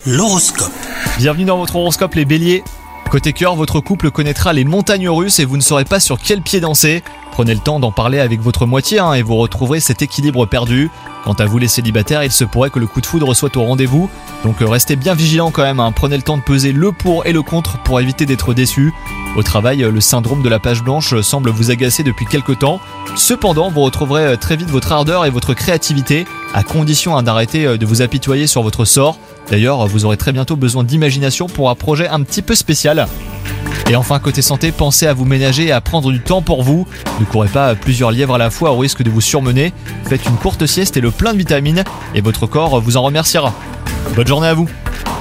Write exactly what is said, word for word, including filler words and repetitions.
L'horoscope. Bienvenue dans votre horoscope les béliers. Côté cœur, votre couple connaîtra les montagnes russes et vous ne saurez pas sur quel pied danser. Prenez le temps d'en parler avec votre moitié hein, et vous retrouverez cet équilibre perdu. Quant à vous les célibataires, il se pourrait que le coup de foudre soit au rendez-vous. Donc restez bien vigilants quand même, hein. Prenez le temps de peser le pour et le contre pour éviter d'être déçus. Au travail, le syndrome de la page blanche semble vous agacer depuis quelques temps. Cependant, vous retrouverez très vite votre ardeur et votre créativité, à condition hein, d'arrêter de vous apitoyer sur votre sort. D'ailleurs, vous aurez très bientôt besoin d'imagination pour un projet un petit peu spécial. Et enfin, côté santé, pensez à vous ménager et à prendre du temps pour vous. Ne courez pas plusieurs lièvres à la fois au risque de vous surmener. Faites une courte sieste et le plein de vitamines et votre corps vous en remerciera. Bonne journée à vous.